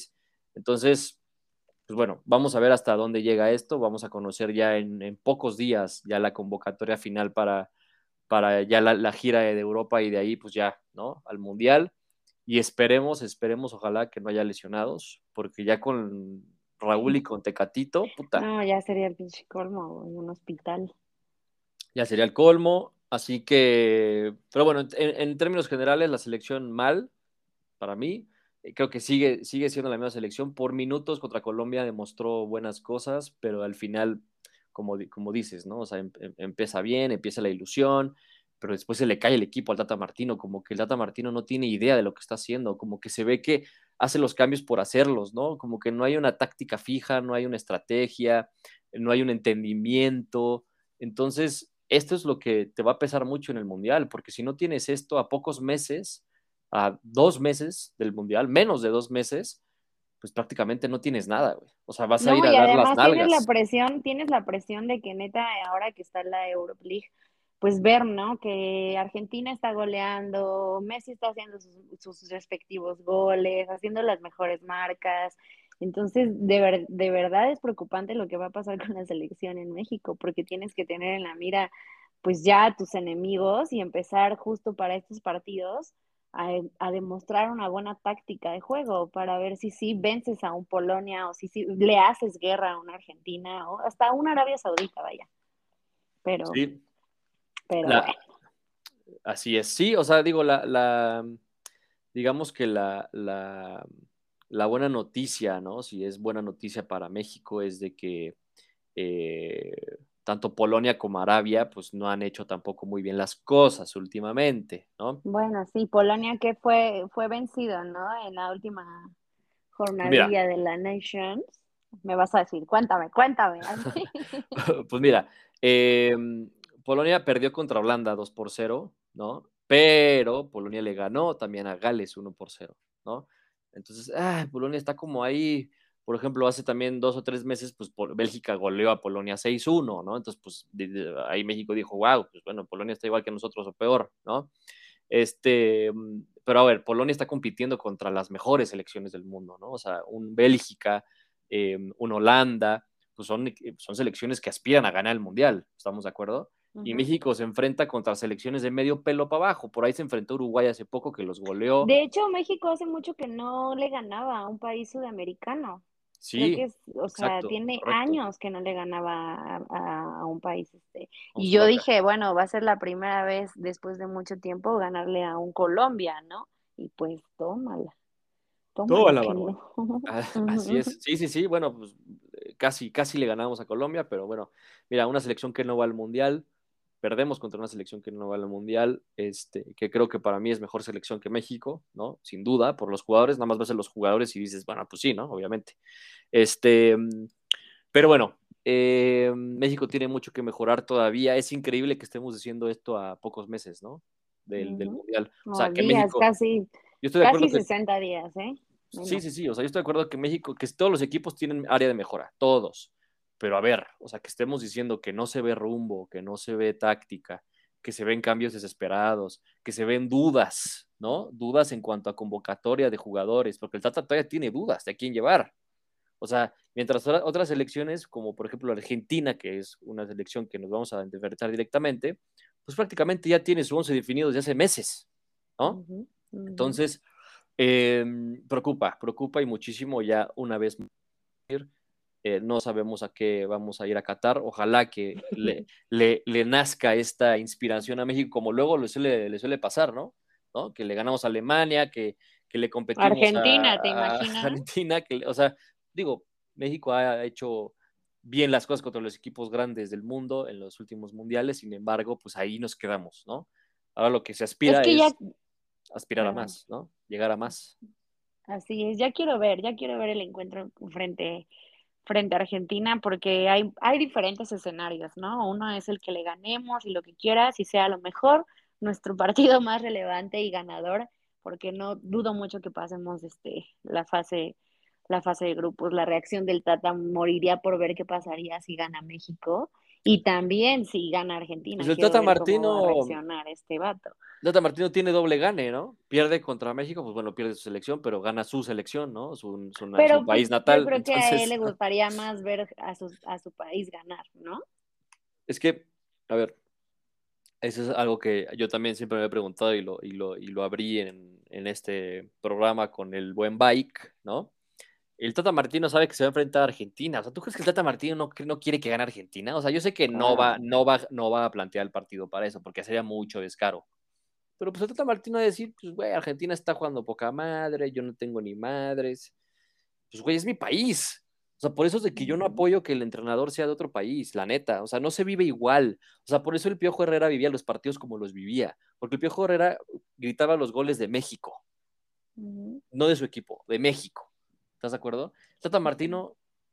Entonces, pues bueno, vamos a ver hasta dónde llega esto, vamos a conocer ya en, en pocos días ya la convocatoria final para, para ya la, la gira de Europa y de ahí pues ya, ¿no? Al Mundial. Y esperemos, esperemos, ojalá que no haya lesionados, porque ya con Raúl y con Tecatito, puta, No, ya sería el pinche colmo, en un hospital. ya sería el colmo. Así que, pero bueno, en, en términos generales, la selección mal, para mí. Eh, Creo que sigue, sigue siendo la misma selección. Por minutos contra Colombia demostró buenas cosas, pero al final, como, como dices, ¿no? O sea, em, em, empieza bien, empieza la ilusión, pero después se le cae el equipo al Tata Martino, como que el Tata Martino no tiene idea de lo que está haciendo, como que se ve que hace los cambios por hacerlos, ¿no? Como que no hay una táctica fija, no hay una estrategia, no hay un entendimiento. Entonces, esto es lo que te va a pesar mucho en el Mundial, porque si no tienes esto a pocos meses, a dos meses del Mundial, menos de dos meses, pues prácticamente no tienes nada, güey. O sea, vas a No, ir a y dar las además tienes la nalgas. presión, tienes la presión de que neta, ahora que está la Europa League, pues ver, ¿no? Que Argentina está goleando, Messi está haciendo sus, sus respectivos goles, haciendo las mejores marcas. Entonces, de ver, de verdad es preocupante lo que va a pasar con la selección en México, porque tienes que tener en la mira, pues ya a tus enemigos y empezar justo para estos partidos a, a, demostrar una buena táctica de juego para ver si sí vences a un Polonia o si sí le haces guerra a una Argentina o hasta a una Arabia Saudita, vaya. Pero, Sí, pero la, bueno. así es. Sí, o sea, digo, la, la digamos que la, la, la, buena noticia, ¿no? Si es buena noticia para México, es de que eh, tanto Polonia como Arabia, pues no han hecho tampoco muy bien las cosas últimamente, ¿no? Bueno, sí, Polonia que fue, fue vencido, ¿no? En la última Pues mira, jornadilla de la Nations. Me vas a decir, cuéntame, cuéntame. Así. pues mira, eh, Polonia perdió contra Holanda dos por cero, ¿no? Pero Polonia le ganó también a Gales uno por cero, ¿no? Entonces, ah, Polonia está como ahí, por ejemplo, hace también dos o tres meses, pues Bélgica goleó a Polonia seis uno, ¿no? Entonces, pues de, de, ahí México dijo, wow, pues bueno, Polonia está igual que nosotros o peor, ¿no? Este, pero a ver, Polonia está compitiendo contra las mejores selecciones del mundo, ¿no? O sea, un Bélgica, eh, un Holanda, pues son, son selecciones que aspiran a ganar el Mundial, ¿estamos de acuerdo? Y Uh-huh. México se enfrenta contra selecciones de medio pelo para abajo. Por ahí se enfrentó Uruguay hace poco que los goleó. De hecho, México hace mucho que no le ganaba a un país sudamericano. Creo que Sí, es, o sea, exacto, tiene correcto. años que no le ganaba a, a- a un país este. Y yo Australia. dije, bueno, va a ser la primera vez después de mucho tiempo ganarle a un Colombia, ¿no? Y pues tómala, Toda tómala la que barba. no. Ah, así Ujú. es. Sí, sí, sí. Bueno, pues eh, casi, casi le ganamos a Colombia, pero bueno, mira, una selección que no va al Mundial, perdemos contra una selección que no va al Mundial, este, que creo que para mí es mejor selección que México, ¿no? Sin duda, por los jugadores, nada más ves a los jugadores y dices, bueno, pues sí, ¿no? Obviamente. Este, pero bueno, eh, México tiene mucho que mejorar todavía. Es increíble que estemos diciendo esto a pocos meses, ¿no? Del, del Ujú. Mundial. O No, sea, que días, México, casi, yo estoy de acuerdo casi que sesenta días, ¿eh? sí, Menos. sí, sí, o sea, yo estoy de acuerdo que México, que todos los equipos tienen área de mejora, todos. Pero a ver, o sea, que estemos diciendo que no se ve rumbo, que no se ve táctica, que se ven cambios desesperados, que se ven dudas, ¿no? Dudas en cuanto a convocatoria de jugadores, porque el Tata todavía tiene dudas de a quién llevar. O sea, mientras otras selecciones, como por ejemplo Argentina, que es una selección que nos vamos a enfrentar directamente, pues prácticamente ya tiene su once definido desde hace meses, ¿no? Ujú, ujú. Entonces, eh, preocupa, preocupa y muchísimo ya una vez más. Eh, no sabemos a qué vamos a ir a Qatar. Ojalá que le, le, le, nazca esta inspiración a México, como luego le suele, le suele pasar, ¿no? ¿no? Que le ganamos a Alemania, que, que le competimos a, Argentina, ¿te a imaginas? Argentina, que, o sea, digo, México ha hecho bien las cosas contra los equipos grandes del mundo en los últimos mundiales, sin embargo, pues ahí nos quedamos, ¿no? Ahora lo que se Es aspira que ya, es aspirar a perdón. más, ¿no? Llegar a más. Así es, ya quiero ver, ya quiero ver el encuentro frente, frente a Argentina porque hay, hay diferentes escenarios, ¿no? Uno es el que le ganemos y lo que quieras y sea lo mejor, nuestro partido más relevante y ganador, porque no dudo mucho que pasemos este, la fase, la fase de grupos. La reacción del Tata moriría por ver qué pasaría si gana México. Y también si gana Argentina, Pues el quiero Tata ver cómo va a Martino, reaccionar este vato. Tata Martino tiene doble gane, ¿no? Pierde contra México, pues bueno, pierde su selección, pero gana su selección, ¿no? Su, su, na- su Pero pues país yo natal. creo que a él Entonces, le gustaría más ver a su, a su país ganar, ¿no? es que, a ver, eso es algo que yo también siempre me he preguntado y lo, y lo, y lo abrí en, en este programa con el buen Bike, ¿no? El Tata Martino sabe que se va a enfrentar a Argentina. O sea, ¿tú crees que el Tata Martino no, no quiere que gane Argentina? O sea, yo sé que no va, Claro. no va, no va a plantear el partido para eso, porque sería mucho descaro. Pero pues el Tata Martino va a decir, pues, güey, Argentina está jugando poca madre, yo no tengo ni madres. Pues, güey, es mi país. O sea, por eso es de que yo no Ujú. apoyo que el entrenador sea de otro país, la neta. O sea, no se vive igual. O sea, por eso el Piojo Herrera vivía los partidos como los vivía. Porque el Piojo Herrera gritaba los goles de México, Ujú. no de su equipo, de México. ¿Estás de acuerdo? Tata Martino,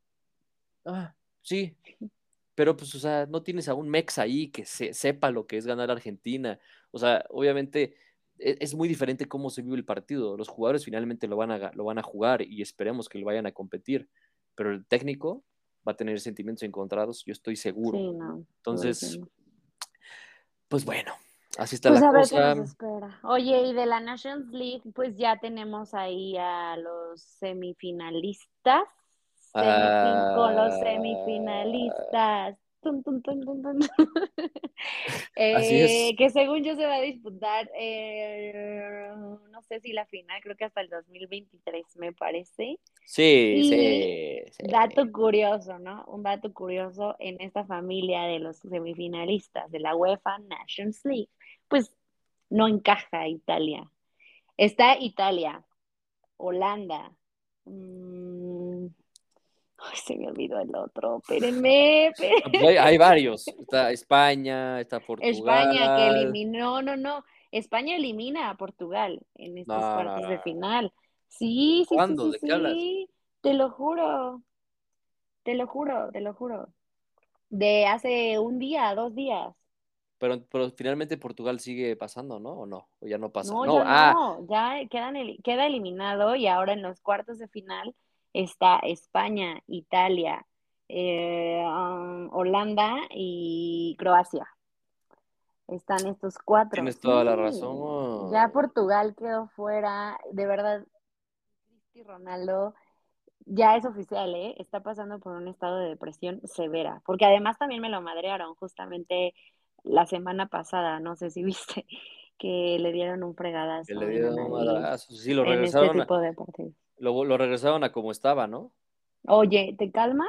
ah, sí, pero pues, o sea, no tienes a un Mex ahí que se, sepa lo que es ganar Argentina. O sea, obviamente e- es muy diferente cómo se vive el partido. Los jugadores finalmente lo van a, lo van a jugar y esperemos que lo vayan a competir, pero el técnico va a tener sentimientos encontrados, yo estoy seguro. Sí, no, Entonces, durísimo. pues bueno, así está Pues la a ver qué cosa. nos espera. Oye, y de la Nations League, pues ya tenemos ahí a los semifinalistas. Semifin con los Ah, semifinalistas. Tun, tun, tun, tun, tun. así es. Eh, que según yo se va a disputar, eh, no sé si la final, creo que hasta el dos mil veintitrés me parece. Sí, Y sí, sí. dato curioso, ¿no? Un dato curioso en esta familia de los semifinalistas de la UEFA Nations League, pues no encaja Italia. Está Italia, Holanda. mm, Ay, se me olvidó el otro. Espérenme. Ah, pues hay, hay varios. Está España, está España que Portugal. eliminó, no, no. España elimina a Portugal en estos No, no, cuartos de no. final. Sí, sí, sí, ¿Cuándo? sí, ¿De qué hablas? sí. Te lo juro, te lo juro, te lo juro. De hace un día, dos días. Pero, pero finalmente Portugal sigue pasando, ¿no? ¿O no? ¿O ya no pasa? No, No, ya ah, no, ya quedan eli- queda eliminado y ahora en los cuartos de final está España, Italia, eh, um, Holanda y Croacia. Están estos cuatro. tienes toda la Sí, ya razón. Portugal quedó fuera. De verdad, Cristi Ronaldo ya es oficial, ¿eh? Está pasando por un estado de depresión severa, porque además también me lo madrearon justamente la semana pasada, no sé si viste, que le dieron un Que fregadazo le en la dieron un nariz madrazo. Sí, lo en este regresaron a, tipo de partidos. lo, lo regresaron a como estaba, ¿no? Oye, ¿te calmas?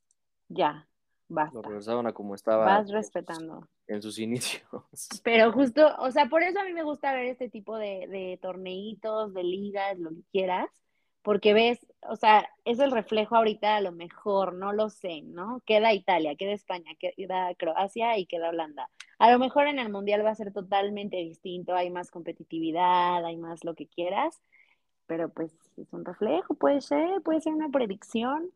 Ya, Lo basta. regresaron a como estaba Vas en sus, respetando. en sus inicios. Pero justo, o sea, por eso a mí me gusta ver este tipo de, de torneitos, de ligas, lo que quieras, porque ves, o sea, es el reflejo ahorita a lo mejor, no lo sé, ¿no? Queda Italia, queda España, queda Croacia y queda Holanda. A lo mejor en el Mundial va a ser totalmente distinto, hay más competitividad, hay más lo que quieras, pero pues es un reflejo, puede ser, puede ser una predicción,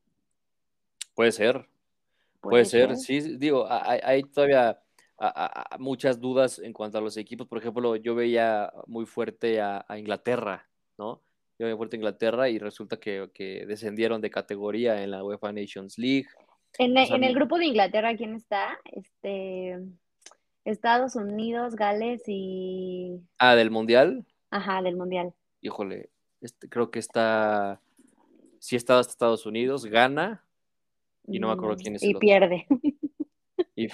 Puede ser, puede puede ser. ser. Sí, digo, hay, hay todavía a- a- a muchas dudas en cuanto a los equipos. Por ejemplo, yo veía muy fuerte a, a Inglaterra, ¿no? Yo veía fuerte a Inglaterra y resulta que, que descendieron de categoría en la UEFA Nations League. En, O sea, en el grupo de Inglaterra, ¿quién está? Este, Estados Unidos, Gales y... ah, del Mundial, Ajá, del Mundial. híjole, este, creo que está, sí está hasta Estados Unidos, gana y no me acuerdo Mm, quién es y el otro. pierde. Y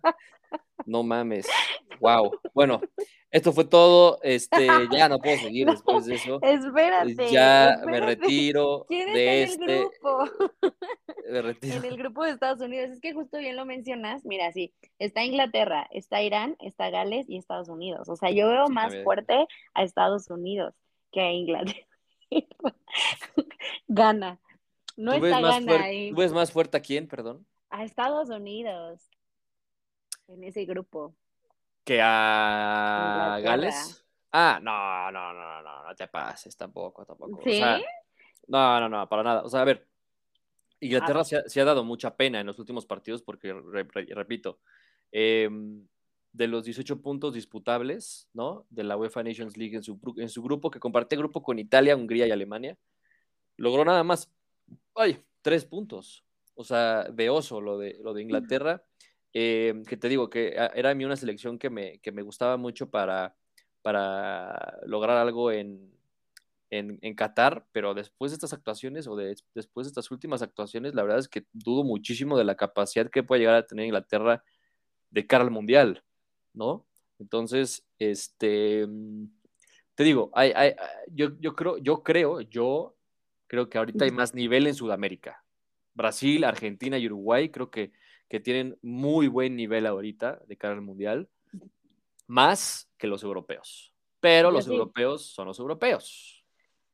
no mames, wow. Bueno, esto fue todo. Este, ya no puedo seguir No, después de eso. Eh, espérate, Ya me espérate. retiro ¿Quién está en de el este, grupo? me retiro. En el grupo de Estados Unidos. Es que justo bien lo mencionas. Mira, sí, está Inglaterra, está Irán, está Gales y Estados Unidos. O sea, yo veo Sí, más también. fuerte a Estados Unidos que a Inglaterra. Gana. No ¿Tú ves está más Gana fuerte, tú ahí. ves más fuerte a quién, perdón? A Estados Unidos en ese grupo. ¿Que a Inglaterra. Gales? Ah, no, no, no, no, no te pases, tampoco, tampoco. O ¿Sí? sea, no, no, no, para nada. O sea, a ver, A Inglaterra ver. se ha, se ha dado mucha pena en los últimos partidos porque, re- re- repito, eh, de los dieciocho puntos disputables, ¿no? De la UEFA Nations League en su, gru- en su grupo, que comparte grupo con Italia, Hungría y Alemania, logró nada más, ay, tres puntos. O sea, de oso lo de, lo de Inglaterra. eh, que te digo que era a mí una selección que me, que me gustaba mucho para, para lograr algo en, en, en Qatar, pero después de estas actuaciones o de, después de estas últimas actuaciones, la verdad es que dudo muchísimo de la capacidad que puede llegar a tener Inglaterra de cara al Mundial, ¿no? Entonces, este, te digo, hay, hay, yo, yo, creo, yo creo, yo creo que ahorita hay más nivel en Sudamérica. Brasil, Argentina y Uruguay creo que, que tienen muy buen nivel ahorita de cara al Mundial, más que los europeos. Pero Yo los sí. europeos son los europeos,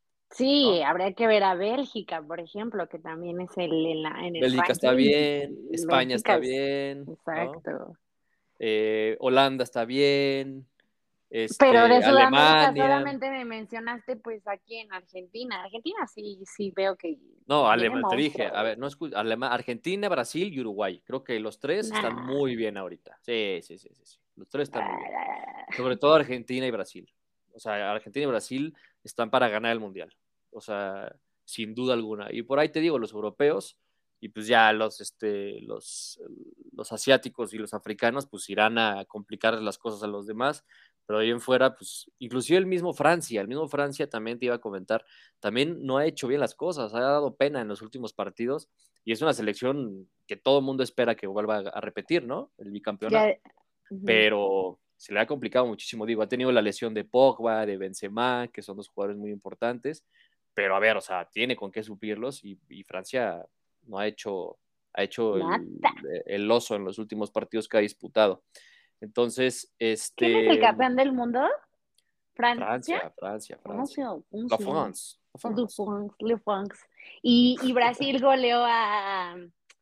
Sí, ¿no? habría que ver a Bélgica, por ejemplo, que también es el en, la, en el Bélgica está ranking. bien, España Bélgica está es bien, ¿no? exacto. Eh, Holanda está bien, Pero de este, Sudamérica Alemania. solamente me mencionaste pues aquí en Argentina. Argentina sí, sí veo que No, tiene Alemania, te dije, a monstruos. ver, no escu- Alema- Argentina, Brasil y Uruguay. Creo que los tres están Nah. muy bien ahorita. Sí, sí, sí, sí, sí. Los tres están muy bien. Ah, Sobre todo Argentina y Brasil. O sea, Argentina y Brasil están para ganar el Mundial. O sea, sin duda alguna. Y por ahí te digo, los europeos y pues ya los, este, los, los asiáticos y los africanos pues irán a complicar las cosas a los demás. Pero ahí en fuera, pues, inclusive el mismo Francia, el mismo Francia también te iba a comentar, también no ha hecho bien las cosas, ha dado pena en los últimos partidos y es una selección que todo el mundo espera que vuelva a repetir, ¿no? El bicampeonato, ya, ujú. pero se le ha complicado muchísimo, digo, ha tenido la lesión de Pogba, de Benzema, que son dos jugadores muy importantes, pero a ver, o sea, tiene con qué suplirlos y, y Francia no ha hecho, ha hecho el, Nada. el oso en los últimos partidos que ha disputado. Entonces, ¿Quién es el este, campeón del mundo? ¿Francia? Francia, Francia, Francia. Francia, ¿cómo La se llama? France, la Le France. France, Le France. Y, y Brasil goleó a,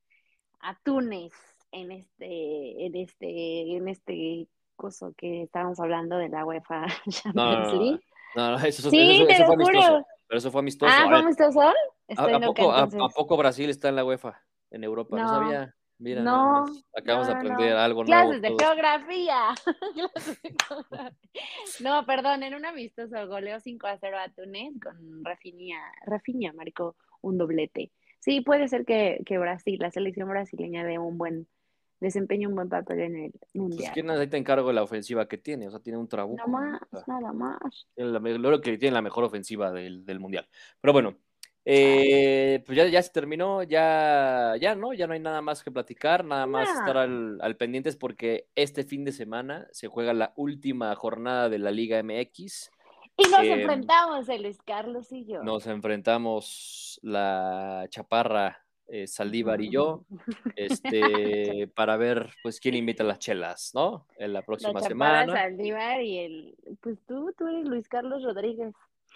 a Túnez en este, en este, en este coso que estábamos hablando de la UEFA No, Champions no, no, League. no, no, eso, Sí, eso, te eso lo fue amistoso, juro. pero eso fue amistoso. Ah, A ¿fue ver, amistoso? ¿a, Estoy a loca poco, a, a entonces. poco Brasil está en la UEFA, en Europa? No No, sabía. Mira, nada no, más. Acabamos no, de no, aprender no. algo nuevo Clases de todos. geografía. Clases de geografía. No, perdón, en un amistoso goleó cinco a cero a Túnez con Rafinha. Rafinha marcó un doblete. Sí, puede ser que, que Brasil, la selección brasileña, dé un buen desempeño, un buen papel en el Pues, mundial. ¿quién ahí te encargo de la ofensiva que tiene? O sea, tiene un No trabuco. más, O sea, nada más. tiene la, me- creo que tiene la mejor ofensiva del, del mundial. Pero bueno, Chale. eh, pues ya, ya se terminó, ya, ya no, ya no hay nada más que platicar, nada más estar No. al, al pendientes porque este fin de semana se juega la última jornada de la Liga M X. Y nos Eh, enfrentamos, el Luis Carlos y yo. Nos enfrentamos la Chaparra, eh, Saldívar y yo, este, para ver pues quién invita a las chelas, ¿no? En la La próxima Chaparra semana. Saldívar y el, pues tú, tú eres Luis Carlos Rodríguez.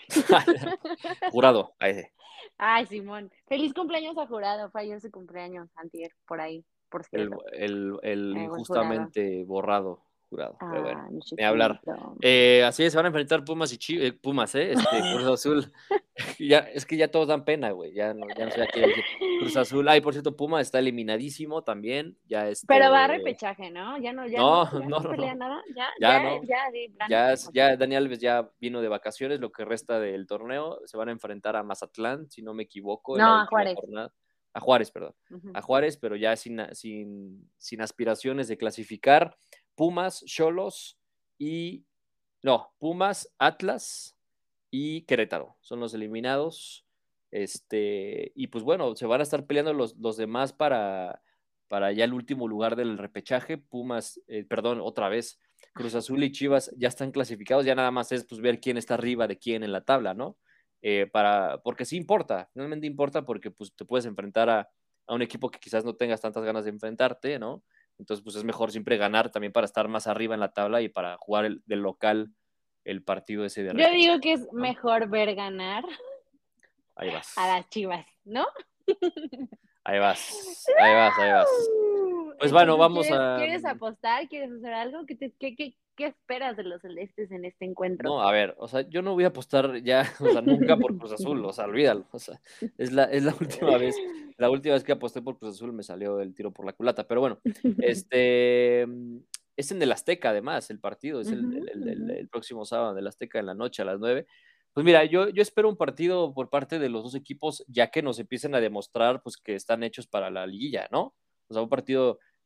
Jurado, ahí, Ay, Simón. Feliz cumpleaños a Jurado. Fue ayer su cumpleaños, antier, por ahí, por el, cierto. el, el Eh, buen Jurado. injustamente borrado jurado, pero bueno, Ah, mi ni hablar. chiquito. Eh, así es, se van a enfrentar Pumas y Chi- eh, Pumas, ¿eh? Este, Cruz Azul. Ya, es que ya todos dan pena, güey. Ya no, ya no sé a quién decir. Cruz Azul. Ay, por cierto, Pumas está eliminadísimo también. Ya Pero va a este. repechaje, ¿no? Ya no, ya No, no, ya no, no no, pelea no. nada. Ya, Ya ya, no. ya, de plano. Ya, Ok. ya Dani Alves ya vino de vacaciones, lo que resta del torneo. Se van a enfrentar a Mazatlán, si no me equivoco, en la No, a última Juárez. jornada. A Juárez, perdón. Ujú. A Juárez, pero ya sin, sin, sin aspiraciones de clasificar. Pumas, Cholos y. No, Pumas, Atlas y Querétaro. Son los eliminados. Este, y pues bueno, se van a estar peleando los, los demás para, para ya el último lugar del repechaje. Pumas, eh, perdón, otra vez. Cruz Azul y Chivas ya están clasificados, ya nada más es pues ver quién está arriba de quién en la tabla, ¿no? Eh, para, porque sí importa, realmente importa porque pues te puedes enfrentar a, a un equipo que quizás no tengas tantas ganas de enfrentarte, ¿no? Entonces pues es mejor siempre ganar también para estar más arriba en la tabla y para jugar el, del local el partido ese de Yo digo repechaje, que es ¿no? mejor ver ganar Ahí a vas, las Chivas, ¿no? ahí vas, ahí vas, ahí vas. Pues bueno, Entonces, vamos ¿quieres, a, ¿quieres apostar? ¿Quieres hacer algo? ¿Qué, te- qué, qué, qué esperas de los celestes en este encuentro? no, a ver, o sea, yo no voy a apostar ya, o sea, nunca por Cruz Azul, o sea, olvídalo, o sea, es la, es la última vez, la última vez que aposté por Cruz Azul me salió el tiro por la culata, pero bueno, este, es en el Azteca además, el partido, es el, Ujú, el, el, el- ujú. el próximo sábado en el Azteca en la noche a las nueve. Pues mira, yo, yo espero un partido por parte de los dos equipos, ya que nos empiecen a demostrar pues que están hechos para la liguilla, ¿no? O sea, un partido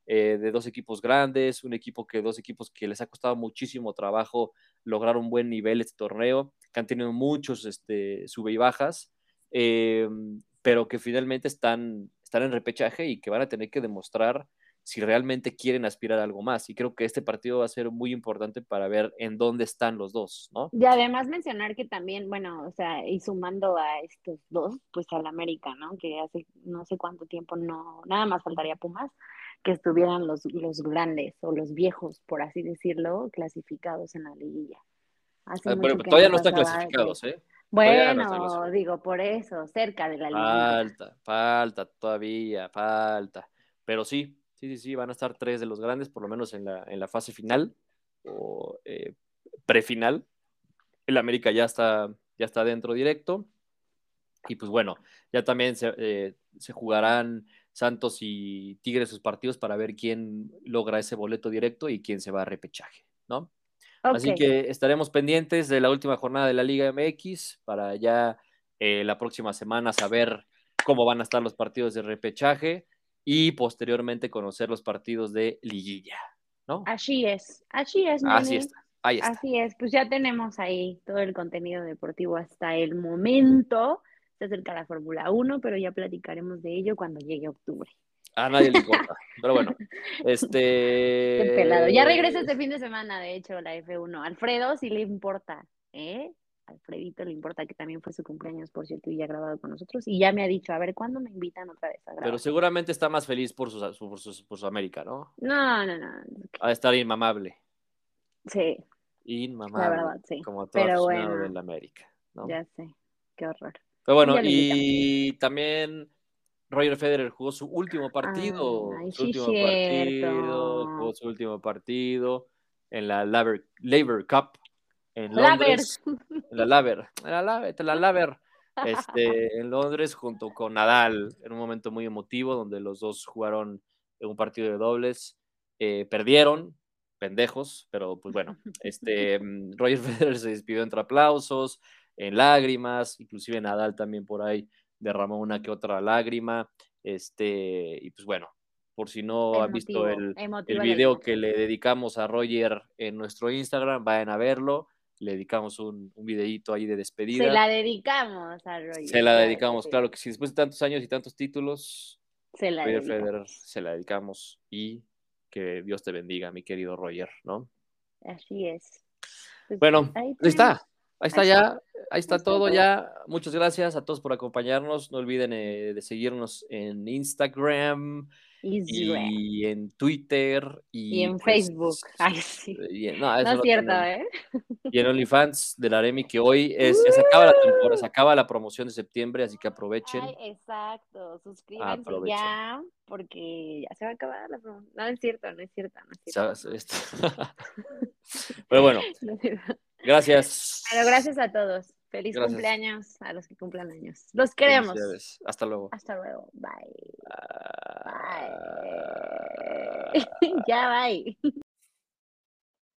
eh, de dos equipos grandes, un equipo que dos equipos que les ha costado muchísimo trabajo lograr un buen nivel este torneo, que han tenido muchos este, sube y bajas, eh, pero que finalmente están, están en repechaje y que van a tener que demostrar si realmente quieren aspirar a algo más. Y creo que este partido va a ser muy importante para ver en dónde están los dos, ¿no? Y además mencionar que también, bueno, o sea, y sumando a estos dos, pues al América, ¿no? Que hace no sé cuánto tiempo no, nada más faltaría Pumas, que estuvieran los, los grandes o los viejos, por así decirlo, clasificados en la liguilla. Hace Ah, bueno, mucho pero que no todavía no están pasaba que, clasificados, ¿eh? Todavía no están bueno, clasificados. digo, por eso, cerca de la liguilla. Falta, falta, todavía, falta. Pero sí, sí, sí, sí, van a estar tres de los grandes, por lo menos en la, en la fase final o eh, prefinal. El América ya está, ya está dentro directo. Y pues bueno, ya también se, eh, se jugarán Santos y Tigres sus partidos para ver quién logra ese boleto directo y quién se va a repechaje, ¿no? Ok, Así que estaremos pendientes de la última jornada de la Liga M X para ya eh, la próxima semana saber cómo van a estar los partidos de repechaje y posteriormente conocer los partidos de liguilla, ¿no? así es, así es, Así Moni, está, ahí está. así es. Pues ya tenemos ahí todo el contenido deportivo hasta el momento. Se acerca la Fórmula Uno, pero ya platicaremos de ello cuando llegue octubre. A nadie le importa, pero bueno, Qué pelado. Ya este, regresa este fin de semana, de hecho, la F uno. Alfredo sí le importa, ¿eh? Alfredito le importa, que también fue su cumpleaños, por cierto, y ya ha grabado con nosotros. Y ya me ha dicho, a ver, ¿cuándo me invitan otra vez a pero grabar? seguramente está más feliz por su, por su, por su América, ¿no? No, no, no. Ha de estar inmamable, Sí, la inmamable, verdad, sí. como todo Pero aficionado bueno, del América, ¿no? ya sé. Qué horror. Pero Un bueno, día lo invitamos. y también Roger Federer jugó su último partido, Ay, su sí, último partido, cierto. jugó su último partido en la Laver, Laver Cup en Laver. Londres, en la Laver, en la Laver, en la Laver, este, en Londres junto con Nadal, en un momento muy emotivo donde los dos jugaron en un partido de dobles, eh, perdieron, pendejos, pero pues bueno, este, mm, Roger Federer se despidió entre aplausos, en lágrimas, inclusive Nadal también por ahí derramó una que otra lágrima, este, y pues bueno, por si no han visto Emotivo, el, el emotiva la video que imagen. le dedicamos a Roger en nuestro Instagram, vayan a verlo, le dedicamos un, un videíto ahí de Se despedida, la dedicamos a se Roger, la claro que dedicamos, sí. claro que sí, después de tantos años y tantos títulos, Se la Roger Federer dedicamos. se la dedicamos y que Dios te bendiga, mi querido Roger, ¿no? Así es. Pues Bueno, ahí ahí está. tenemos. Ahí Ahí está está. ya. Ahí Ahí está está todo todo. ya. Muchas gracias a todos por acompañarnos. No olviden eh, de seguirnos en Instagram Instagram. y en Twitter Y y en pues Facebook. Ay, sí. y en- no, No eso es no cierto, tenemos. ¿eh? Y en OnlyFans de la Aremi que hoy es ya se acaba la temporada, ¡Uh! se acaba la promoción de septiembre, así que Ay, aprovechen, exacto. Suscríbanse aprovechen. ya porque ya se va a acabar la promo. No es cierto, no es cierto, no es O sea, cierto. No, esto- Pero bueno, no es cierto. Pero gracias. gracias a todos. Feliz Gracias. cumpleaños a los que cumplan años. Los queremos. Felicidades. Hasta luego. Hasta luego. Bye. Ah, Bye. Ya, bye.